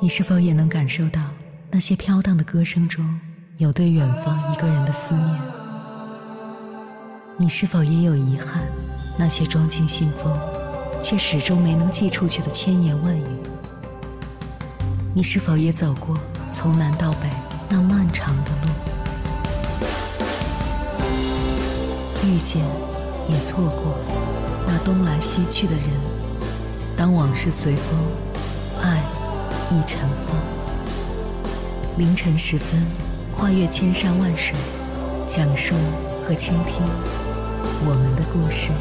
你是否也能感受到那些飘荡的歌声中有对远方一个人的思念？你是否也有遗憾，那些装进信封却始终没能寄出去的千言万语？你是否也走过从南到北那漫长的路？遇见也错过那东来西去的人，当往事随风，爱亦尘封。凌晨时分，跨越千山万水，讲述和倾听我们的故事。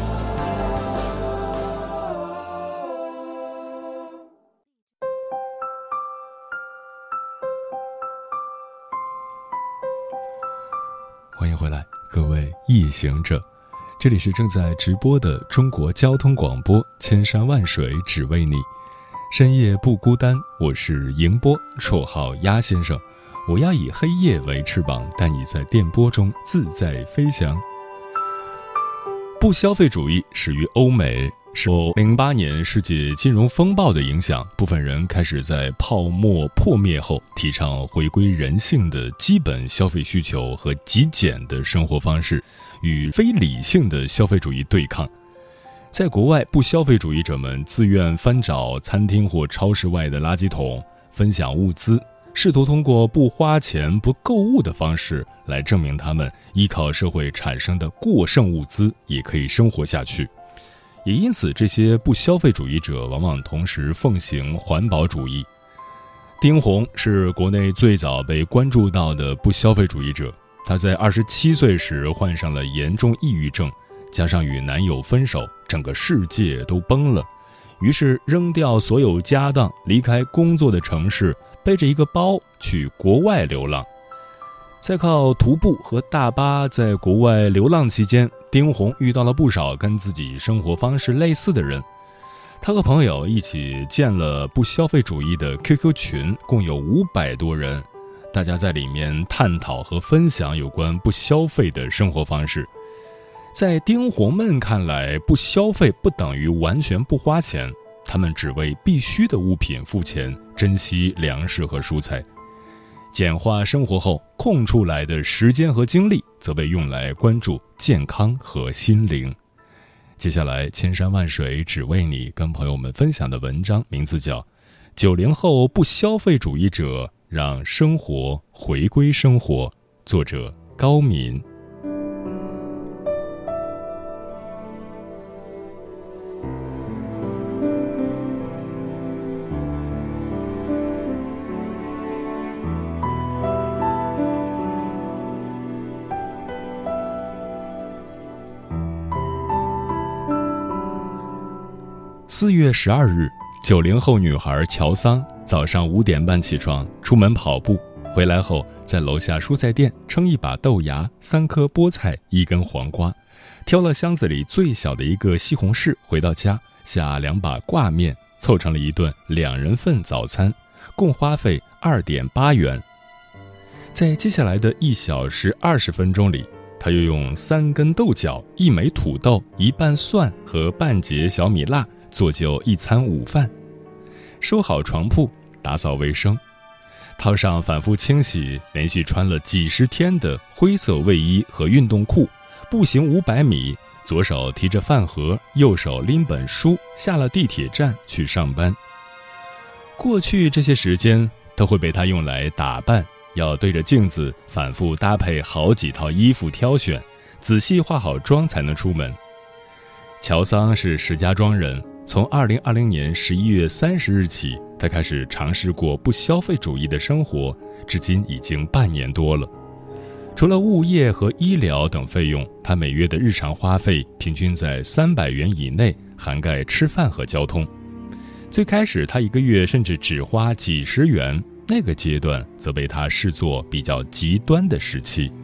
欢迎回来，各位夜行者，这里是正在直播的中国交通广播，千山万水只为你，深夜不孤单。我是迎波，绰号鸭先生。我要以黑夜为翅膀，带你在电波中自在飞翔。不消费主义始于欧美，受08年世界金融风暴的影响，部分人开始在泡沫破灭后提倡回归人性的基本消费需求和极简的生活方式，与非理性的消费主义对抗。在国外，不消费主义者们自愿翻找餐厅或超市外的垃圾桶，分享物资，试图通过不花钱不购物的方式来证明他们依靠社会产生的过剩物资也可以生活下去。也因此，这些不消费主义者往往同时奉行环保主义。丁红是国内最早被关注到的不消费主义者，她在27岁时患上了严重抑郁症，加上与男友分手，整个世界都崩了，于是扔掉所有家当，离开工作的城市，背着一个包去国外流浪。在靠徒步和大巴在国外流浪期间，丁红遇到了不少跟自己生活方式类似的人。他和朋友一起建了不消费主义的 QQ 群，共有500多人，大家在里面探讨和分享有关不消费的生活方式。在丁红们看来，不消费不等于完全不花钱，他们只为必须的物品付钱，珍惜粮食和蔬菜。简化生活后空出来的时间和精力则被用来关注健康和心灵。接下来，千山万水只为你跟朋友们分享的文章名字叫90后不消费主义者让生活回归生活，作者高敏。4月12日，90后女孩乔桑早上5点半起床，出门跑步，回来后在楼下蔬菜店称一把豆芽、3颗菠菜、1根黄瓜，挑了箱子里最小的一个西红柿，回到家下2把挂面，凑成了一顿2人份早餐，共花费2.8元。在接下来的1小时20分钟里，他又用3根豆角、1枚土豆、1瓣蒜和半截小米辣做就一餐午饭，收好床铺，打扫卫生，套上反复清洗、连续穿了几十天的灰色卫衣和运动裤，步行500米，左手提着饭盒，右手拎本书，下了地铁站去上班。过去这些时间都会被他用来打扮，要对着镜子反复搭配好几套衣服挑选，仔细化好妆才能出门。乔桑是石家庄人，从2020年11月30日起，他开始尝试过不消费主义的生活，至今已经半年多了。除了物业和医疗等费用，他每月的日常花费平均在300元以内，涵盖吃饭和交通。最开始他一个月甚至只花几十元，那个阶段则被他视作比较极端的时期。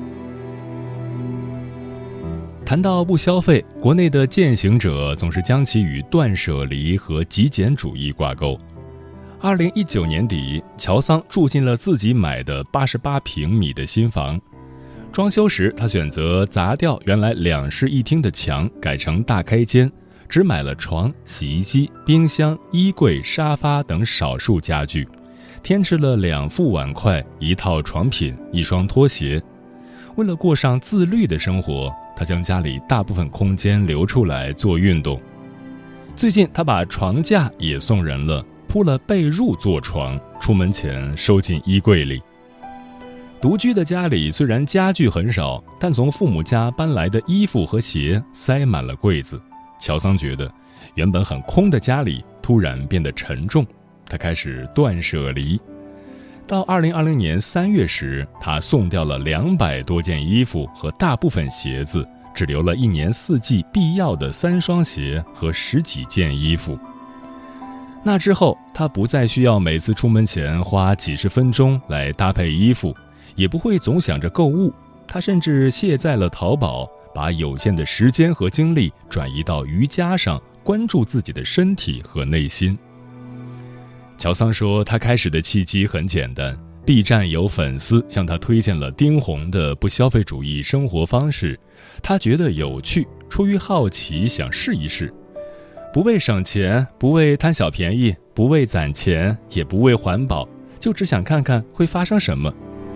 谈到不消费，国内的践行者总是将其与断舍离和极简主义挂钩。2019年底，乔桑住进了自己买的88平米的新房。装修时，他选择砸掉原来2室1厅的墙，改成大开间， 只买了床、洗衣机、冰箱、衣柜、沙发等少数家具，添置了2副碗筷、1套床品、1双拖鞋。为了过上自律的生活，他将家里大部分空间留出来做运动。最近他把床架也送人了，铺了被褥做床，出门前收进衣柜里。独居的家里虽然家具很少，但从父母家搬来的衣服和鞋塞满了柜子。乔桑觉得原本很空的家里突然变得沉重，他开始断舍离。到2020年3月时，他送掉了200多件衣服和大部分鞋子，只留了1年4季必要的3双鞋和10几件衣服。那之后，他不再需要每次出门前花几十分钟来搭配衣服，也不会总想着购物。他甚至卸载了淘宝，把有限的时间和精力转移到瑜伽上，关注自己的身体和内心。乔桑说，他开始的契机很简单， B 站有粉丝向他推荐了丁红的不消费主义生活方式，他觉得有趣，出于好奇想试一试。不为省钱，不为贪小便宜，不为攒钱，也不为环保，就只想看看会发生什么。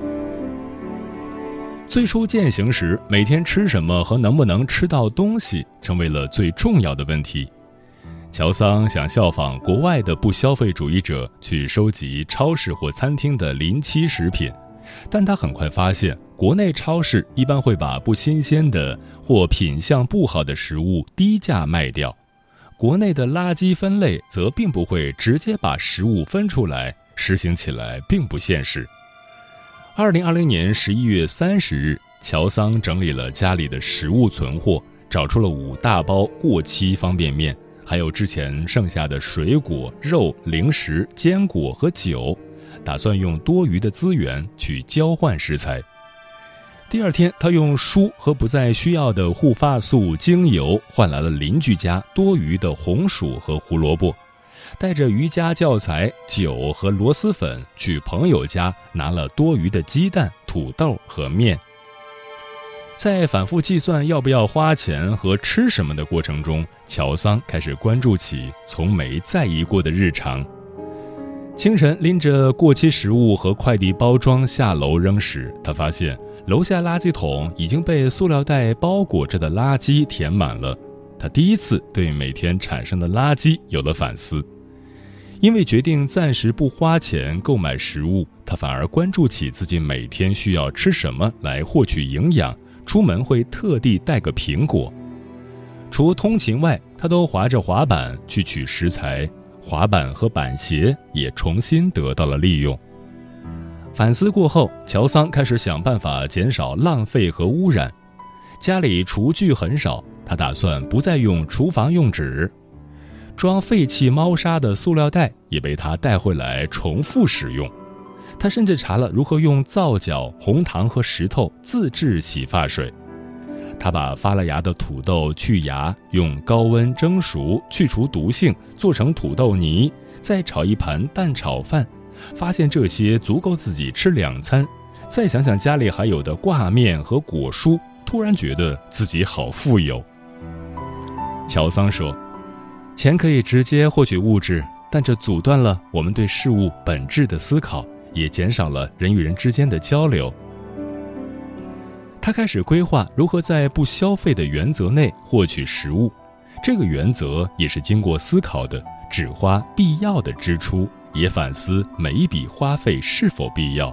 最初践行时，每天吃什么和能不能吃到东西成为了最重要的问题。乔桑想效仿国外的不消费主义者，去收集超市或餐厅的临期食品，但他很快发现，国内超市一般会把不新鲜的或品相不好的食物低价卖掉，国内的垃圾分类则并不会直接把食物分出来，实行起来并不现实。2020年11月30日，乔桑整理了家里的食物存货，找出了5大包过期方便面，还有之前剩下的水果、肉、零食、坚果和酒，打算用多余的资源去交换食材。第二天，他用书和不再需要的护发素、精油换来了邻居家多余的红薯和胡萝卜，带着瑜伽教材、酒和螺蛳粉去朋友家拿了多余的鸡蛋、土豆和面。在反复计算要不要花钱和吃什么的过程中，乔桑开始关注起从没在意过的日常。清晨拎着过期食物和快递包装下楼扔时，他发现楼下垃圾桶已经被塑料袋包裹着的垃圾填满了。他第一次对每天产生的垃圾有了反思。因为决定暂时不花钱购买食物，他反而关注起自己每天需要吃什么来获取营养，出门会特地带个苹果。除通勤外，他都滑着滑板去取食材，滑板和板鞋也重新得到了利用。反思过后，乔桑开始想办法减少浪费和污染。家里厨具很少，他打算不再用厨房用纸。装废弃猫砂的塑料袋也被他带回来重复使用。他甚至查了如何用皂角、红糖和石头自制洗发水。他把发了芽的土豆去芽，用高温蒸熟，去除毒性，做成土豆泥，再炒一盘蛋炒饭，发现这些足够自己吃2餐。再想想家里还有的挂面和果蔬，突然觉得自己好富有。乔桑说，钱可以直接获取物质，但这阻断了我们对事物本质的思考，也减少了人与人之间的交流。他开始规划如何在不消费的原则内获取食物，这个原则也是经过思考的，只花必要的支出，也反思每一笔花费是否必要。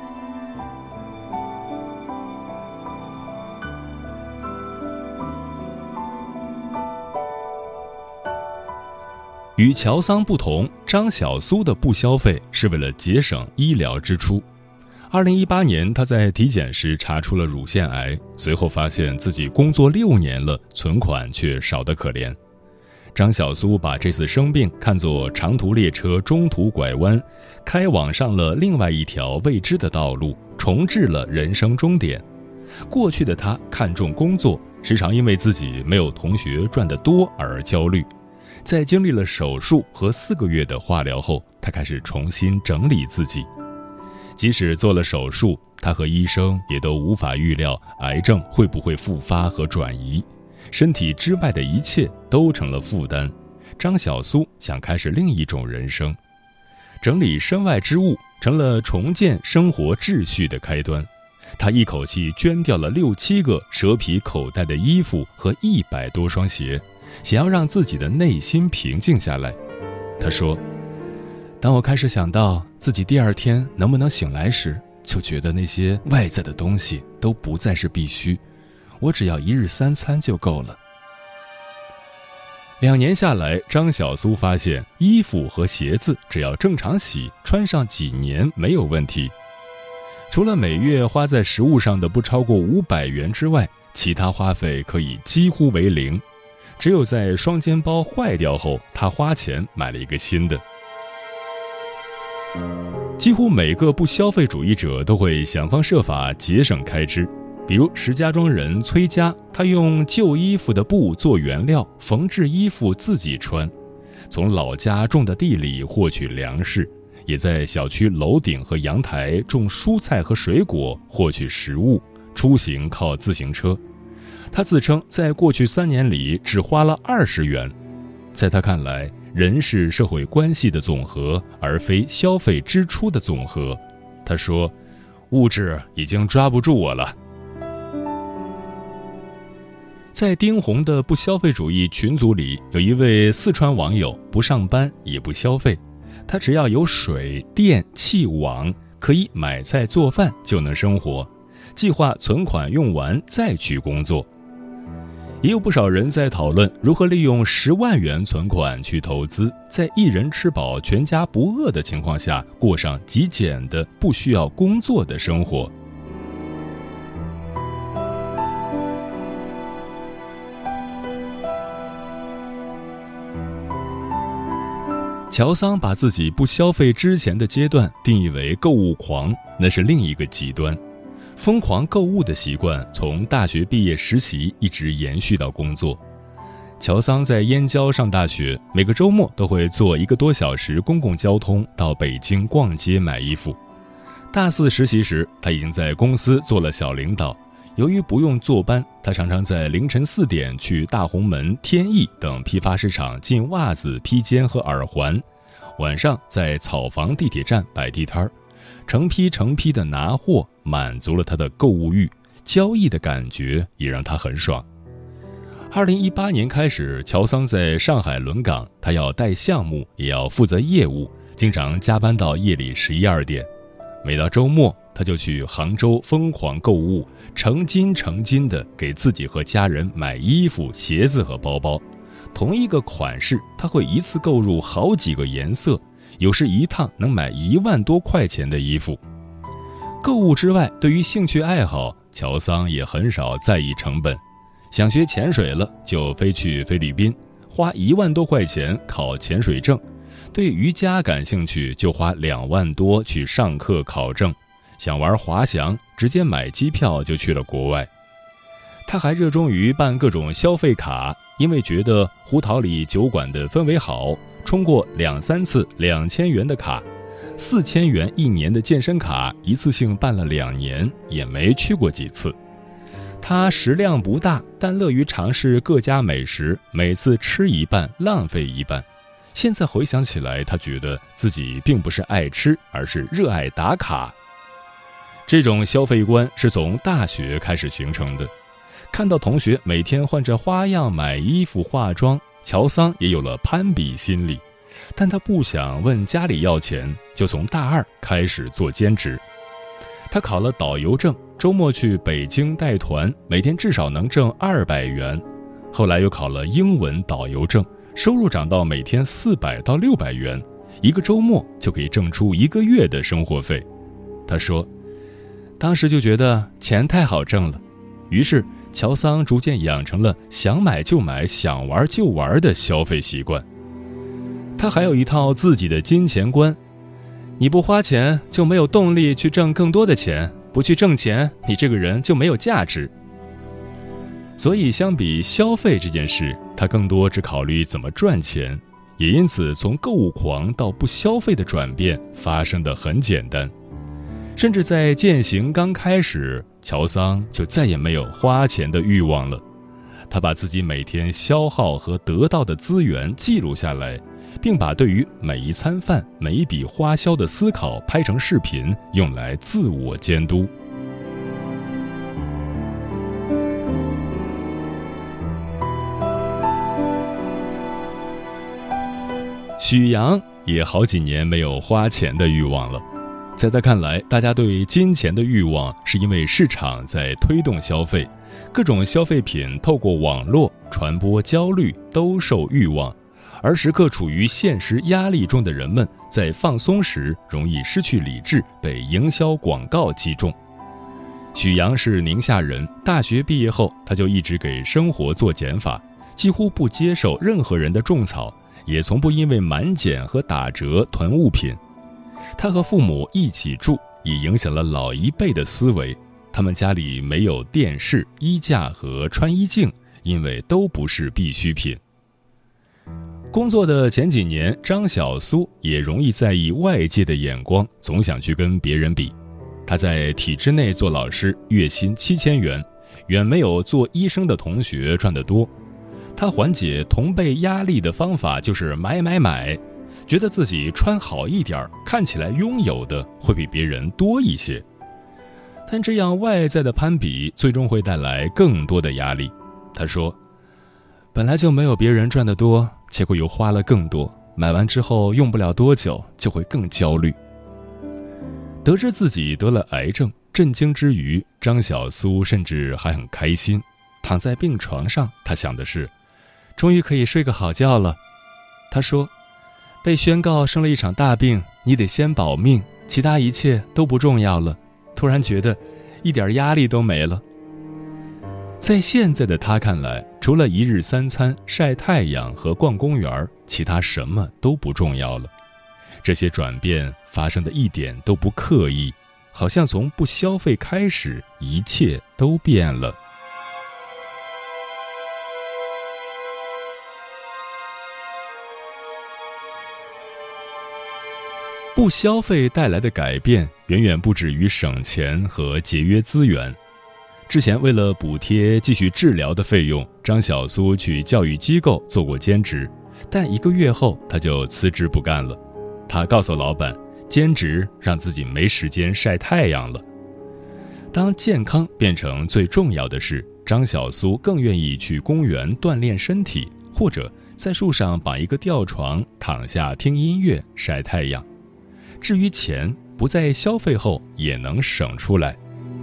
与乔桑不同，张小苏的不消费是为了节省医疗支出。2018年，他在体检时查出了乳腺癌，随后发现自己工作6年了，存款却少得可怜。张小苏把这次生病看作长途列车中途拐弯，开往上了另外一条未知的道路，重置了人生终点。过去的他看重工作，时常因为自己没有同学赚得多而焦虑。在经历了手术和4个月的化疗后，他开始重新整理自己。即使做了手术，他和医生也都无法预料癌症会不会复发和转移。 身体之外的一切都成了负担。张小苏想开始另一种人生，整理身外之物成了重建生活秩序的开端。他一口气捐掉了6、7个蛇皮口袋的衣服和100多双鞋，想要让自己的内心平静下来。他说，当我开始想到自己第2天能不能醒来时，就觉得那些外在的东西都不再是必须，我只要1日3餐就够了。2年下来，张小苏发现衣服和鞋子只要正常洗，穿上几年没有问题。除了每月花在食物上的不超过500元之外，其他花费可以几乎为0。只有在双肩包坏掉后，他花钱买了一个新的。几乎每个不消费主义者都会想方设法节省开支，比如石家庄人崔家，他用旧衣服的布做原料，缝制衣服自己穿，从老家种的地里获取粮食，也在小区楼顶和阳台种蔬菜和水果获取食物，出行靠自行车。他自称在过去3年里只花了20元。在他看来，人是社会关系的总和，而非消费支出的总和。他说，物质已经抓不住我了。在丁红的不消费主义群组里，有一位四川网友不上班也不消费，他只要有水电气网，可以买菜做饭就能生活，计划存款用完再去工作。也有不少人在讨论如何利用10万元存款去投资，在一人吃饱全家不饿的情况下，过上极简的不需要工作的生活。乔桑把自己不消费之前的阶段定义为购物狂，那是另一个极端。疯狂购物的习惯从大学毕业实习一直延续到工作。乔桑在燕郊上大学，每个周末都会坐1个多小时公共交通到北京逛街买衣服。大4实习时，他已经在公司做了小领导。由于不用坐班，他常常在凌晨4点去大红门、天意等批发市场进袜子、披肩和耳环，晚上在草房地铁站摆地摊儿，成批的拿货，满足了他的购物欲，交易的感觉也让他很爽。2018年开始，乔桑在上海轮岗，他要带项目，也要负责业务，经常加班到夜里11、12点。每到周末，他就去杭州疯狂购物，成斤的给自己和家人买衣服、鞋子和包包。同一个款式，他会一次购入好几个颜色，有时一趟能买1万多块钱的衣服。购物之外，对于兴趣爱好，乔桑也很少在意成本。想学潜水了，就飞去菲律宾，花1万多块钱考潜水证。对瑜伽感兴趣，就花2万多去上课考证。想玩滑翔，直接买机票就去了国外。他还热衷于办各种消费卡，因为觉得胡桃里酒馆的氛围好，充过2、3次2000元的卡，4000元1年的健身卡，一次性办了2年，也没去过几次。他食量不大，但乐于尝试各家美食，每次吃一半，浪费一半。现在回想起来，他觉得自己并不是爱吃，而是热爱打卡。这种消费观是从大学开始形成的。看到同学每天换着花样买衣服化妆，乔桑也有了攀比心理，但他不想问家里要钱，就从大2开始做兼职。他考了导游证，周末去北京带团，每天至少能挣200元。后来又考了英文导游证，收入涨到每天400到600元，一个周末就可以挣出1个月的生活费。他说，当时就觉得钱太好挣了，于是乔桑逐渐养成了想买就买、想玩就玩的消费习惯。他还有一套自己的金钱观，你不花钱就没有动力去挣更多的钱，不去挣钱，你这个人就没有价值。所以相比消费这件事，他更多只考虑怎么赚钱，也因此从购物狂到不消费的转变发生得很简单。甚至在践行刚开始，乔桑就再也没有花钱的欲望了。 他把自己每天消耗和得到的资源记录下来，并把对于每一餐饭、每一笔花销的思考拍成视频，用来自我监督。许阳也好几年没有花钱的欲望了。在他看来，大家对金钱的欲望是因为市场在推动消费，各种消费品透过网络传播焦虑，都受欲望，而时刻处于现实压力中的人们，在放松时容易失去理智，被营销广告击中。许阳是宁夏人，大学毕业后，他就一直给生活做减法，几乎不接受任何人的种草，也从不因为满减和打折囤物品。他和父母一起住，也影响了老一辈的思维。他们家里没有电视、衣架和穿衣镜，因为都不是必需品。工作的前几年，张小苏也容易在意外界的眼光，总想去跟别人比。他在体制内做老师，月薪7000元，远没有做医生的同学赚得多。他缓解同辈压力的方法就是买，觉得自己穿好一点，看起来拥有的会比别人多一些。但这样外在的攀比最终会带来更多的压力。他说，本来就没有别人赚得多，结果又花了更多，买完之后用不了多久就会更焦虑。得知自己得了癌症，震惊之余，张小苏甚至还很开心。躺在病床上，他想的是，终于可以睡个好觉了。他说，被宣告生了一场大病，你得先保命，其他一切都不重要了。突然觉得一点压力都没了。在现在的他看来，除了1日3餐、晒太阳和逛公园，其他什么都不重要了。这些转变发生的一点都不刻意，好像从不消费开始，一切都变了。不消费带来的改变远远不止于省钱和节约资源。之前为了补贴继续治疗的费用，张小苏去教育机构做过兼职，但1个月后他就辞职不干了。他告诉老板，兼职让自己没时间晒太阳了。当健康变成最重要的事，张小苏更愿意去公园锻炼身体，或者在树上绑一个吊床，躺下听音乐晒太阳。至于钱，不在消费后也能省出来。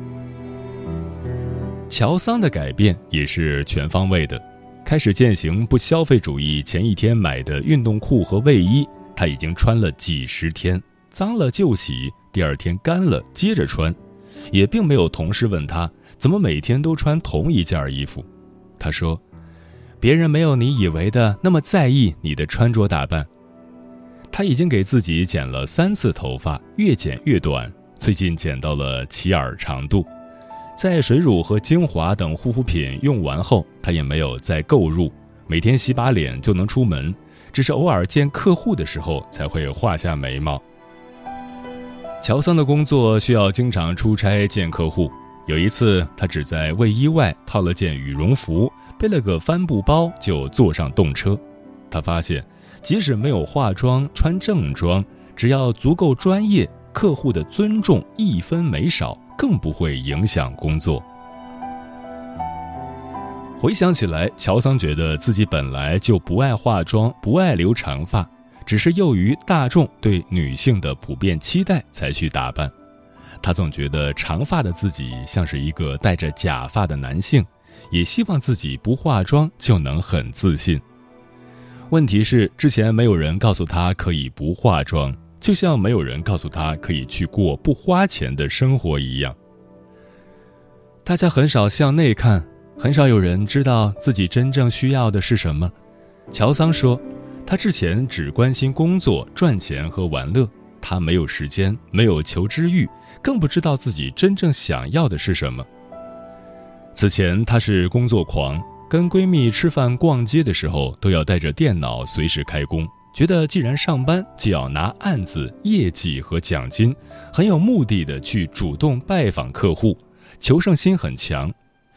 乔桑的改变也是全方位的，开始践行不消费主义，前一天买的运动裤和卫衣，他已经穿了几10天，脏了就洗，第2天干了接着穿，也并没有同事问他怎么每天都穿同一件衣服。他说，别人没有你以为的那么在意你的穿着打扮。他已经给自己剪了3次头发，越剪越短，最近剪到了齐耳长度。在水乳和精华等护肤品用完后，他也没有再购入，每天洗把脸就能出门，只是偶尔见客户的时候才会画下眉毛。乔桑的工作需要经常出差见客户，有一次他只在卫衣外套了件羽绒服，背了个帆布包就坐上动车。他发现即使没有化妆穿正装，只要足够专业，客户的尊重1分没少，更不会影响工作。回想起来，乔桑觉得自己本来就不爱化妆，不爱留长发，只是囿于大众对女性的普遍期待才去打扮。他总觉得长发的自己像是一个戴着假发的男性，也希望自己不化妆就能很自信。问题是，之前没有人告诉他可以不化妆，就像没有人告诉他可以去过不花钱的生活一样。大家很少向内看，很少有人知道自己真正需要的是什么。乔桑说，他之前只关心工作、赚钱和玩乐，他没有时间，没有求知欲，更不知道自己真正想要的是什么。此前他是工作狂，跟闺蜜吃饭逛街的时候都要带着电脑随时开工，觉得既然上班就要拿案子、业绩和奖金，很有目的的去主动拜访客户，求胜心很强。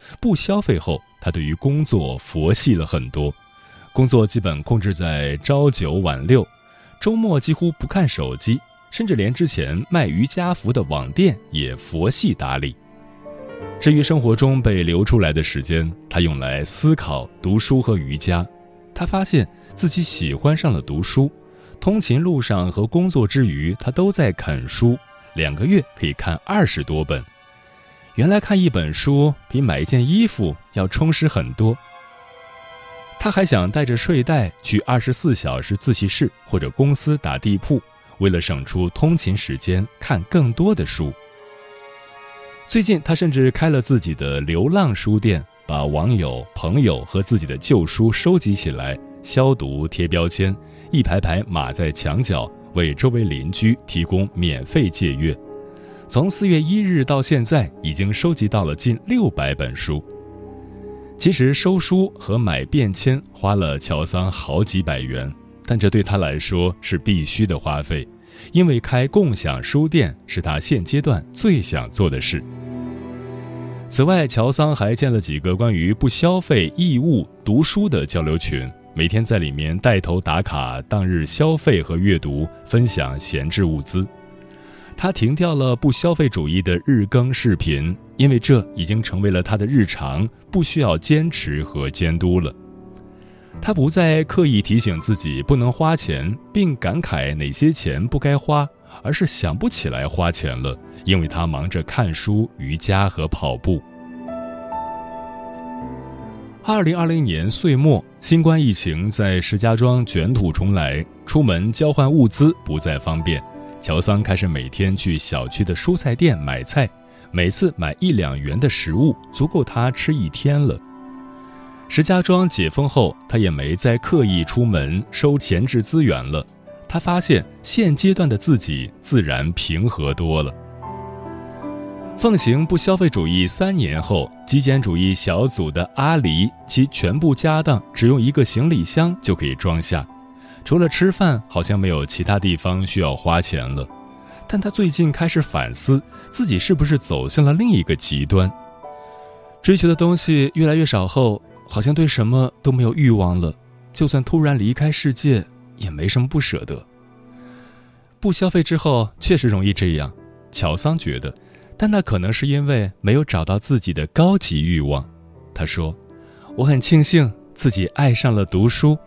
不消费后，他对于工作佛系了很多，工作基本控制在朝九晚六，周末几乎不看手机，甚至连之前卖瑜伽服的网店也佛系打理。至于生活中被留出来的时间，他用来思考、读书和瑜伽。他发现自己喜欢上了读书，通勤路上和工作之余，他都在啃书，2个月可以看20多本。原来看一本书比买一件衣服要充实很多。他还想带着睡袋去24小时自习室或者公司打地铺，为了省出通勤时间看更多的书。最近他甚至开了自己的流浪书店，把网友、朋友和自己的旧书收集起来，消毒贴标签，一排排码在墙角，为周围邻居提供免费借阅。从4月1日到现在，已经收集到了近600本书。其实收书和买便签花了乔桑好几百元，但这对他来说是必须的花费，因为开共享书店是他现阶段最想做的事。此外，乔桑还建了几个关于不消费、义务、读书的交流群，每天在里面带头打卡当日消费和阅读，分享闲置物资。他停掉了不消费主义的日更视频，因为这已经成为了他的日常，不需要坚持和监督了。他不再刻意提醒自己不能花钱，并感慨哪些钱不该花，而是想不起来花钱了，因为他忙着看书、瑜伽和跑步。2020年岁末，新冠疫情在石家庄卷土重来，出门交换物资不再方便。乔桑开始每天去小区的蔬菜店买菜，每次买1-2元的食物，足够他吃1天了。石家庄解封后，他也没再刻意出门收闲置资源了。他发现现阶段的自己自然平和多了。奉行不消费主义3年后，极简主义小组的阿狸，其全部家当只用1个行李箱就可以装下，除了吃饭，好像没有其他地方需要花钱了。但他最近开始反思，自己是不是走向了另一个极端。追求的东西越来越少后，好像对什么都没有欲望了，就算突然离开世界，也没什么不舍得。不消费之后确实容易这样，乔桑觉得，但那可能是因为没有找到自己的高级欲望。他说，我很庆幸自己爱上了读书。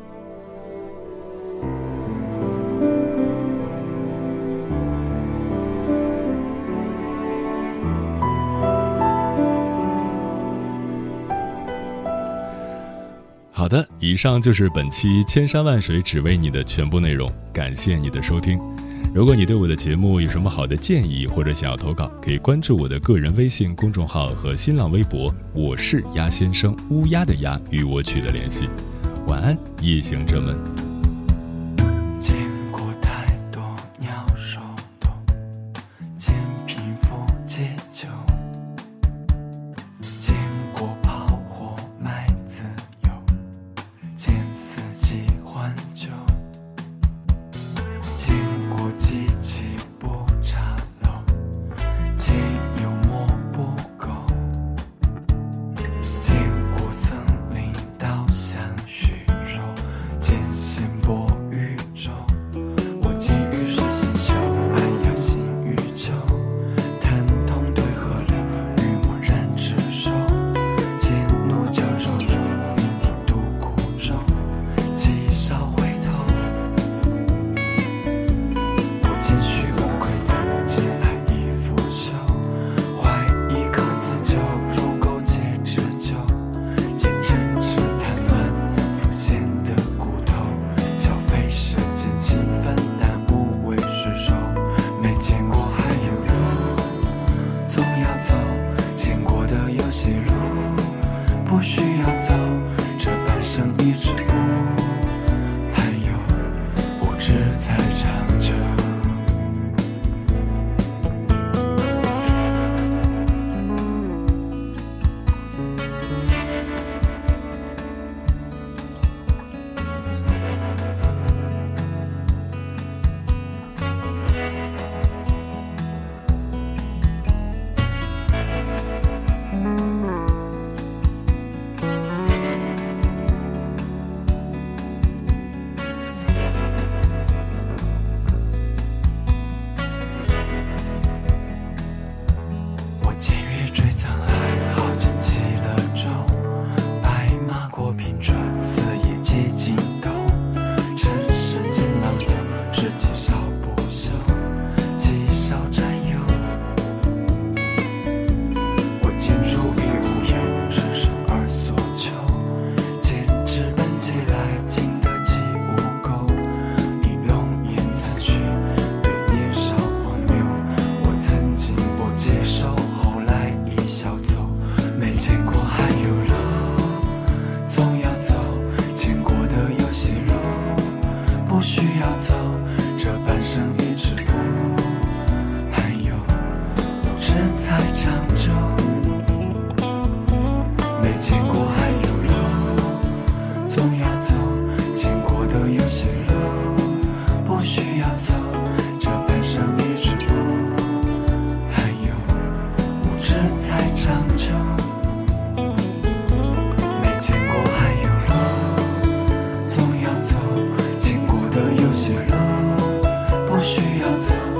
好的，以上就是本期千山万水只为你的全部内容，感谢你的收听。如果你对我的节目有什么好的建议或者想要投稿，可以关注我的个人微信公众号和新浪微博，我是鸭先生，乌鸦的鸦，与我取得联系。晚安，夜行者们。 见过太多鸟兽斗，见贫富借酒，见过炮火卖自由，见四季换酒，见过机器不插漏，见幽默不苟，见过森林倒向虚柔，见线波宇宙。我见与是新秀，爱呀新宇宙，谈同对河流，与默然执手，见怒叫周游，聆听独苦衷，极少回头。我见虚无馈赠，见爱已腐朽，怀疑可自救，如苟且持久，见真挚贪婪浮现的骨头，消费时间勤奋但无谓失手，没见过还有路总要走，见过的有些路不需要走，这半生一直不，还有物质才长久。 生一止步，还有无知才长久。没见过还有路，总要走，经过的有些路不需要走，这半生一止步，还有无知才长久。没见过还有路，总要走，经过的有些路不需要走。